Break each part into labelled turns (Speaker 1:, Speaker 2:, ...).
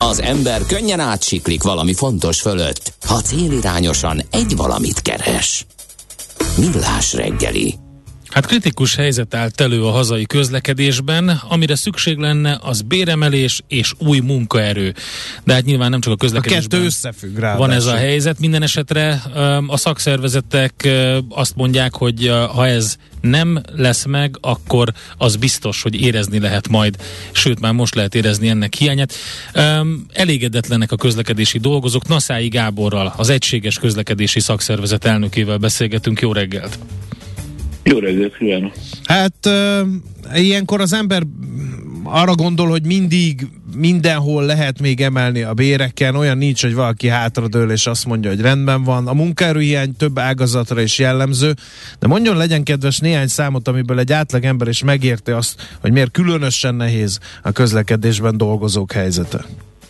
Speaker 1: Az ember könnyen átsiklik valami fontos fölött, ha célirányosan egy valamit keres. Millás reggeli.
Speaker 2: Hát kritikus helyzet állt elő a hazai közlekedésben, amire szükség lenne, az béremelés és új munkaerő. De hát nyilván nem csak a közlekedésben.
Speaker 3: A kettő összefügg rá.
Speaker 2: Van ez a helyzet. Minden esetre a szakszervezetek azt mondják, hogy ha ez nem lesz meg, akkor az biztos, hogy érezni lehet majd, sőt már most lehet érezni ennek hiányát. Elégedetlenek a közlekedési dolgozók. Naszályi Gáborral, az Egységes Közlekedési Szakszervezet elnökével beszélgetünk. Jó reggelt!
Speaker 4: Jó reggelt kívánok!
Speaker 3: Hát ilyenkor az ember arra gondol, hogy mindig, mindenhol lehet még emelni a béreken, olyan nincs, hogy valaki hátradől és azt mondja, hogy rendben van. A munkaerőhiány több ágazatra is jellemző, de mondjon, legyen kedves, néhány számot, amiből egy átlagember is megérti azt, hogy miért különösen nehéz a közlekedésben dolgozók helyzete.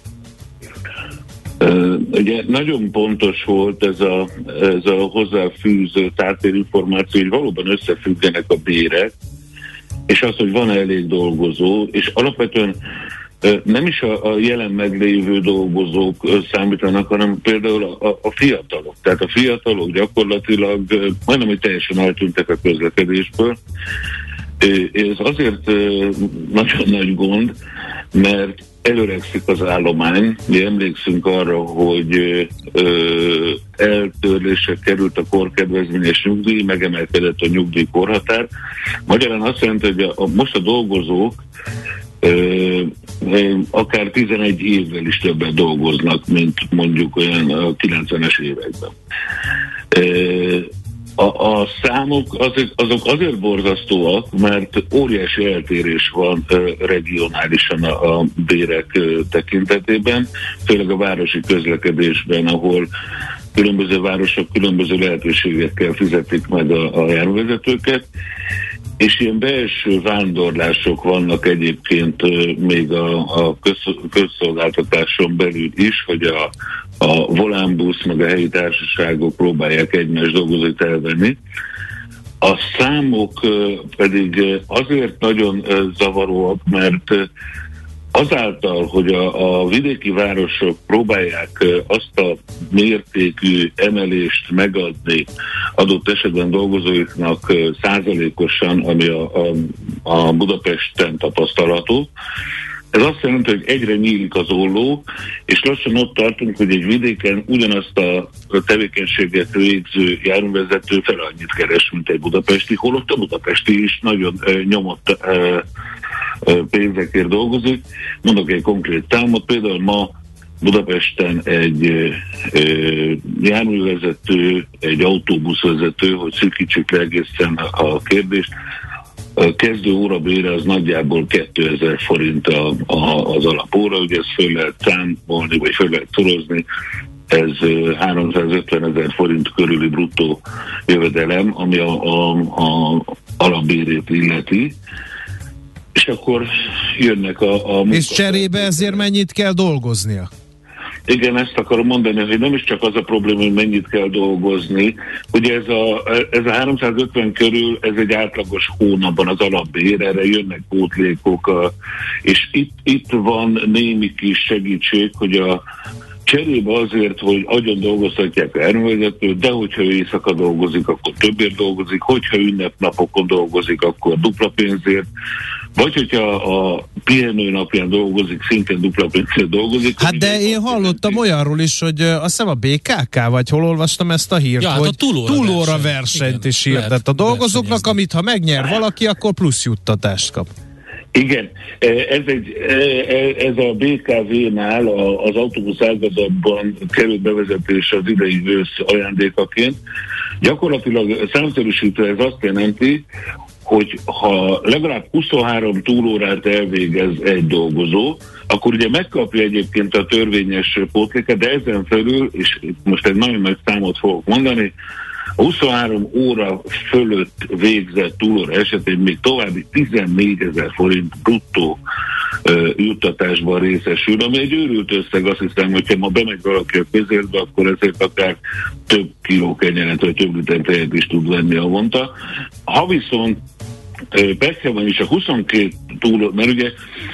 Speaker 4: Ugye nagyon pontos volt ez a hozzáfűző tártérinformáció, hogy valóban összefüggenek a bérek, és az, hogy van elég dolgozó, és alapvetően nem is a jelen meglévő dolgozók számítanak, hanem például a fiatalok. Tehát a fiatalok gyakorlatilag majdnem, hogy teljesen eltűntek a közlekedésből. Ez azért nagyon nagy gond, mert előregszik az állomány. Mi emlékszünk arra, hogy eltörlésre került a korkedvezményes nyugdíj, megemelkedett a nyugdíjkorhatár. Magyarán azt jelenti, hogy most a dolgozók akár 11 évvel is többet dolgoznak, mint mondjuk olyan a 90-es években. A számok azok azért borzasztóak, mert óriási eltérés van regionálisan a bérek tekintetében, főleg a városi közlekedésben, ahol különböző városok különböző lehetőségekkel fizetik meg a járművezetőket, és ilyen belső vándorlások vannak egyébként még a közszolgáltatáson belül is, hogy a volánbusz meg a helyi társaságok próbálják egymás dolgozóit elvenni. A számok pedig azért nagyon zavaróak, mert azáltal, hogy a vidéki városok próbálják azt a mértékű emelést megadni adott esetben dolgozóiknak százalékosan, ami a Budapesten tapasztalható, ez azt jelenti, hogy egyre nyílik az olló, és lassan ott tartunk, hogy egy vidéken ugyanazt a tevékenységet végző járművezető fel annyit keres, mint egy budapesti, holott a budapesti is nagyon nyomott pénzekért dolgozik. Mondok egy konkrét számot, például ma Budapesten egy járművezető, egy autóbuszvezető, hogy szűkítsük le egészen a kérdést, a kezdő órabére az nagyjából 2000 forint az alapóra, ugye ezt föl lehet számolni, vagy föl lehet szorozni, ez 350 000 forint körüli bruttó jövedelem, ami a alapbérét illeti, és akkor jönnek a
Speaker 3: és cserébe ezért mennyit kell dolgoznia?
Speaker 4: Igen, ezt akarom mondani, hogy nem is csak az a probléma, hogy mennyit kell dolgozni. Ugye ez a 350 körül, ez egy átlagos hónapban az alapbér, erre jönnek pótlékok, és itt van némi kis segítség, hogy a cserébe azért, hogy agyon dolgozhatják a járművezetőt, de hogyha ő éjszaka dolgozik, akkor többért dolgozik, hogyha ünnepnapokon dolgozik, akkor dupla pénzért, vagy hogyha a pihenő napján dolgozik, szintén dupla pénzért dolgozik.
Speaker 3: Hát de én hallottam olyanról is, hogy azt hiszem a BKK, vagy hol olvastam ezt a hírt,
Speaker 2: ja,
Speaker 3: hogy túlóra
Speaker 2: versenyt
Speaker 3: versenyt is hirdett a dolgozóknak, amit ha megnyer valaki, akkor plusz juttatást kap.
Speaker 4: Igen, ez a BKV-nál az autóbusz ágazatban került bevezetésre az idei ősz ajándékaként. Gyakorlatilag számszerűsítve ez azt jelenti, hogy ha legalább 23 túlórát elvégez egy dolgozó, akkor ugye megkapja egyébként a törvényes pótléket, de ezen felül, és most egy nagyon nagy számot fogok mondani, a 23 óra fölött végzett túlóra esetén még további 14 000 forint bruttó juttatásban részesül, ami egy őrült összeg, azt hiszem, hogyha ma bemegy valaki a közértbe, akkor ezért akár több kiló kenyeret, vagy több liter tejet is tud venni havonta. Ha viszont persze van is a 22 túl, mert ugye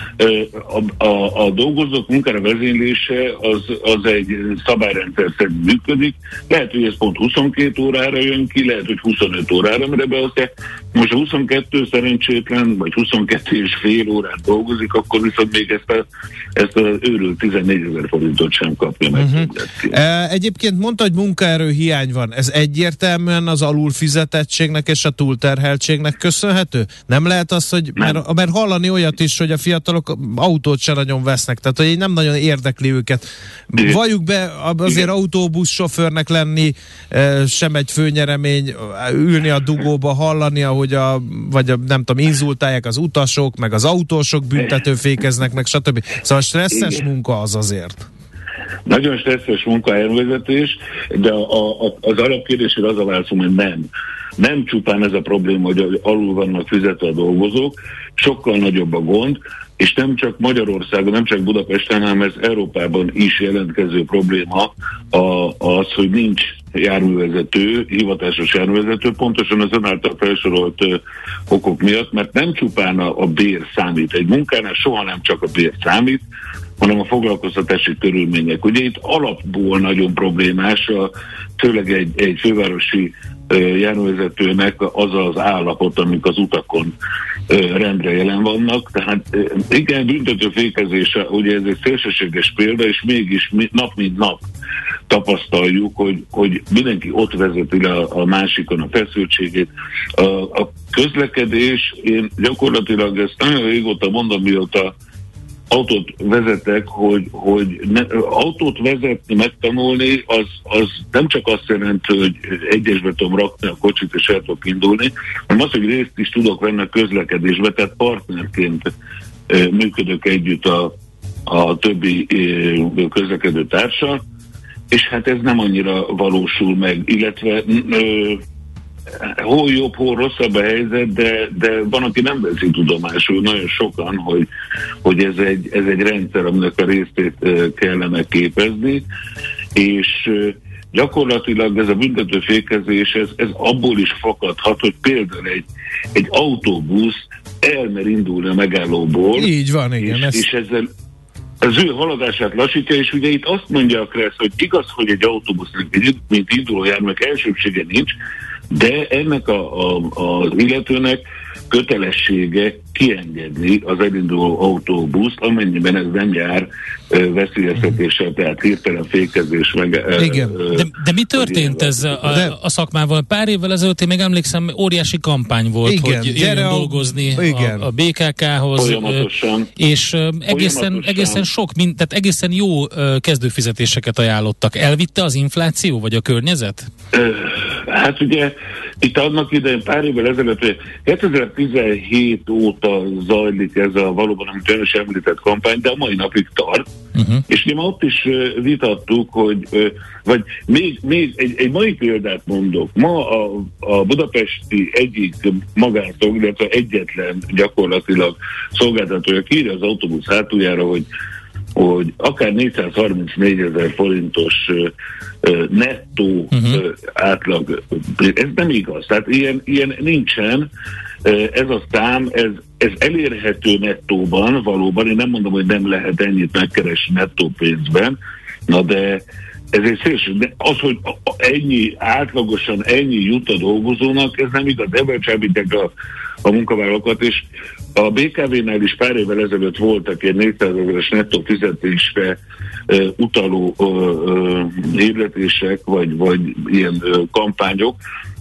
Speaker 4: a dolgozók munkára vezénylése az egy szabályrendszer szerint működik. Lehet, hogy ez pont 22 órára jön ki, lehet, hogy 25 órára, mert ebbe azt most a 22 szerencsétlen, vagy 22 és fél órát dolgozik, akkor viszont még ezt az őrült 14 000 forintot sem kapja meg.
Speaker 3: Egyébként mondta, hogy munkaerő hiány van. Ez egyértelműen az alulfizetettségnek és a túlterheltségnek köszönhető? Nem lehet az, hogy mert hallani olyat is, hogy a fiatalok autót se nagyon vesznek, tehát hogy nem nagyon érdekli őket. Valljuk be, azért autóbuszsofőrnek lenni sem egy főnyeremény, ülni a dugóba, hallani, ahogy nem tudom, inzultálják az utasok, meg az autósok büntetőfékeznek, meg stb. Szóval stresszes munka az azért.
Speaker 4: Nagyon stresszes munka a járművezetés, de az alapkérdésére az a válaszom, hogy nem. Nem csupán ez a probléma, hogy alul vannak fizetve a dolgozók, sokkal nagyobb a gond, és nem csak Magyarországon, nem csak Budapesten, hanem ez Európában is jelentkező probléma az, hogy nincs járművezető, hivatásos járművezető, pontosan az ön által felsorolt okok miatt, mert nem csupán a bér számít. Egy munkánál soha nem csak a bér számít, hanem a foglalkoztatási körülmények. Ugye itt alapból nagyon problémás, főleg egy fővárosi járművezetőnek az az állapot, amik az utakon rendre jelen vannak. Tehát igen, büntetőfékezése, ugye ez egy szélsőséges példa, és mégis nap mint nap tapasztaljuk, hogy mindenki ott vezeti le a másikon a feszültségét. A közlekedés, én gyakorlatilag ezt nagyon régóta mondom, mióta autót vezetek, hogy autót vezetni, megtanulni, az nem csak azt jelenti, hogy egyesbe tudom rakni a kocsit és el tudok indulni, hanem az, hogy részt is tudok venni a közlekedésbe, tehát partnerként működök együtt a többi közlekedő társal, és hát ez nem annyira valósul meg, illetve hol jobb, hol rosszabb a helyzet, de van, aki nem veszi tudomásul, nagyon sokan, hogy ez egy rendszer, aminek a részét kellene képezni, és gyakorlatilag ez a büntetőfékezés, ez abból is fakadhat, hogy például egy autóbusz elmer indulni a megállóból.
Speaker 3: Így van, igen.
Speaker 4: És ezzel az ő haladását lassítja, és ugye itt azt mondja a KRESZ, hogy igaz, hogy egy autóbusznak, mint induló járműnek elsőbsége nincs, de ennek az illetőnek kötelessége kiengedni az elinduló autóbuszt, amennyiben ez nem jár veszélyeztetéssel, tehát hirtelen fékezés meg...
Speaker 3: Igen.
Speaker 2: De mi történt ez a szakmával? Pár évvel ezelőtt én még emlékszem, óriási kampány volt, igen, hogy jöjjön dolgozni a BKK-hoz.
Speaker 4: Folyamatosan.
Speaker 2: És egészen sok, tehát egészen jó kezdőfizetéseket ajánlottak. Elvitte az infláció, vagy a környezet?
Speaker 4: Hát ugye itt annak idején pár évvel ezelőtt, 2017 óta zajlik ez a valóban, amit ön is említett kampány, de a mai napig tart. És ugye ott is vitattuk, vagy még egy mai példát mondok. Ma a budapesti egyik magánszolgáltató, illetve egyetlen gyakorlatilag szolgáltatója kiírja az autóbusz hátuljára, hogy akár 434 000 forintos nettó átlag, ez nem igaz. Tehát ilyen nincsen. Ez a szám, ez elérhető nettóban valóban, én nem mondom, hogy nem lehet ennyit megkeresni nettó pénzben, na de ez egy szélső, de az, hogy átlagosan ennyi jut a dolgozónak, ez nem igaz, ebben csábítják a munkavállalókat, és a BKV-nál is pár évvel ezelőtt voltak ilyen 400 000-es nettó fizetésre utaló hirdetések, vagy ilyen kampányok.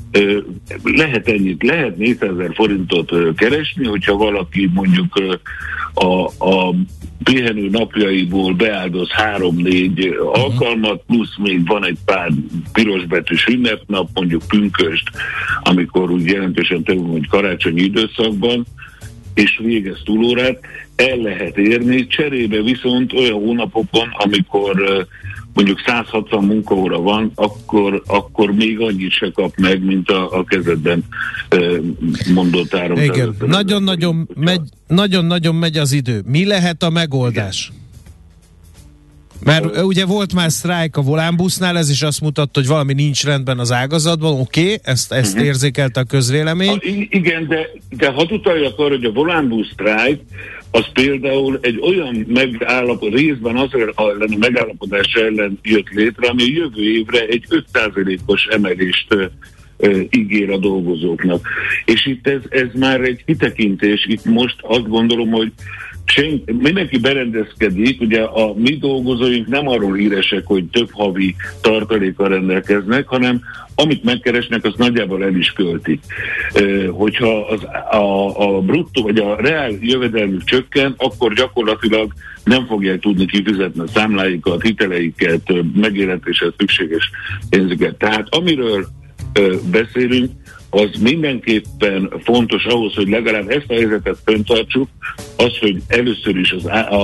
Speaker 4: Lehet 400 000 forintot keresni, hogyha valaki mondjuk a pihenő napjaiból beáldoz 3-4 alkalmat, plusz még van egy pár pirosbetűs ünnepnap, mondjuk pünköst, amikor úgy jelentősen több, hogy karácsonyi időszakban, és végez túlórát, el lehet érni, cserébe viszont olyan hónapokon, amikor mondjuk 160 munkaóra van, akkor még annyit se kap meg, mint a kezdetben mondott áron.
Speaker 3: Igen, nagyon-nagyon megy az idő. Mi lehet a megoldás? Mert ugye volt már sztrájk a Volánbusznál, ez is azt mutatta, hogy valami nincs rendben az ágazatban, oké, ezt érzékelte a közvélemény.
Speaker 4: Igen, de hadd utaljak arra, hogy a Volánbusz sztrájk az például egy olyan részben azért a megállapodás ellen jött létre, ami a jövő évre egy 5%-os emelést ígér a dolgozóknak. És itt ez már egy kitekintés, itt most azt gondolom, hogy mindenki berendezkedik, ugye a mi dolgozóink nem arról híresek, hogy több havi tartalékkal rendelkeznek, hanem amit megkeresnek, azt nagyjából el is költik. Hogyha a bruttó vagy a reál jövedelmük csökken, akkor gyakorlatilag nem fogják tudni kifizetni a számláikat, hiteleiket, megélhetéshez szükséges pénzüket. Tehát amiről beszélünk, az mindenképpen fontos ahhoz, hogy legalább ezt a helyzetet fenntartsuk, az, hogy először is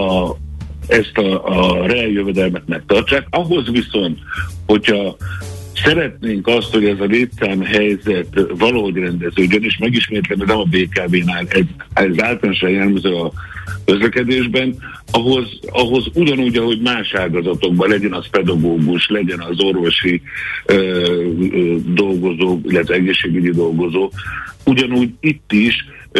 Speaker 4: ezt a reáljövedelmet megtartsák. Ahhoz viszont, hogyha szeretnénk azt, hogy ez a létszám helyzet valahogy rendeződjön, és megismétlem, ez nem a BKV-nál, ez általánosan jellemző a közlekedésben, ahhoz ugyanúgy, ahogy más ágazatokban, legyen az pedagógus, legyen az orvosi dolgozó, illetve egészségügyi dolgozó, ugyanúgy itt is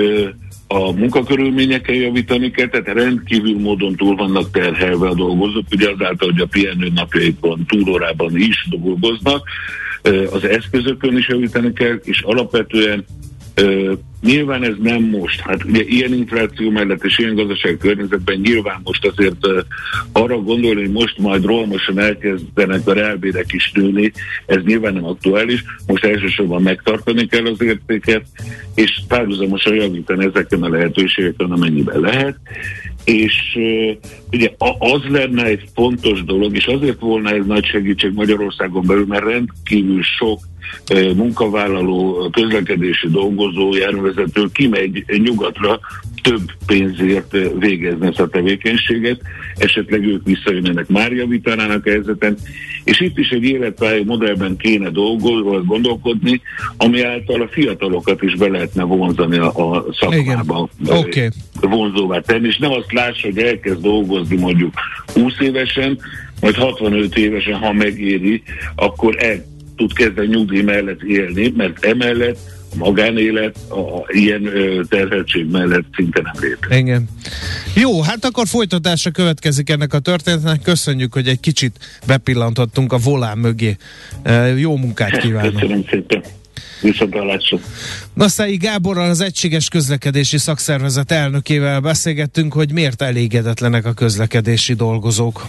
Speaker 4: a munkakörülményeken javítani kell, tehát rendkívül módon túl vannak terhelve a dolgozók, ugye azáltal, hogy a pihenő napjaikon, túlórában is dolgoznak, az eszközökön is javítani kell, és alapvetően nyilván ez nem most, hát ugye ilyen infláció mellett és ilyen gazdasági környezetben nyilván most azért arra gondolni, hogy most majd rohamosan elkezdenek a reálbérek is nőni, ez nyilván nem aktuális, most elsősorban megtartani kell az értéket, és párhuzamosan javítani ezeken a lehetőségeken, amennyiben lehet, és ugye az lenne egy fontos dolog, és azért volna ez nagy segítség Magyarországon belül, mert rendkívül sok munkavállaló, közlekedési dolgozó, járművezető kimegy nyugatra több pénzért végezni ezt a tevékenységet, esetleg ők visszajönnek, már javítanának a helyzeten, és itt is egy életpálya modellben kéne gondolkodni, ami által a fiatalokat is be lehetne vonzani a szakmába, vonzóvá tenni, és nem azt lássa, hogy elkezd dolgozni mondjuk 20 évesen, majd 65 évesen, ha megéri, akkor tud kezdeni nyugdíj mellett élni, mert emellett a magánélet ilyen terheltség mellett szinte nem létezik.
Speaker 3: Igen. Jó, hát akkor folytatása következik ennek a történetnek. Köszönjük, hogy egy kicsit bepillanthattunk a volán mögé. Jó munkát kívánok!
Speaker 4: Köszönöm szépen! Viszontlátásra!
Speaker 3: Naszai Gáborral, az Egységes Közlekedési Szakszervezet elnökével beszélgettünk, hogy miért elégedetlenek a közlekedési dolgozók.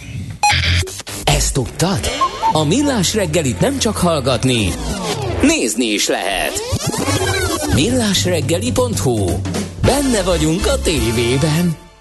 Speaker 1: Ezt tudtad? A Millás reggelit nem csak hallgatni, nézni is lehet. millásreggeli.hu. Benne vagyunk a tévében.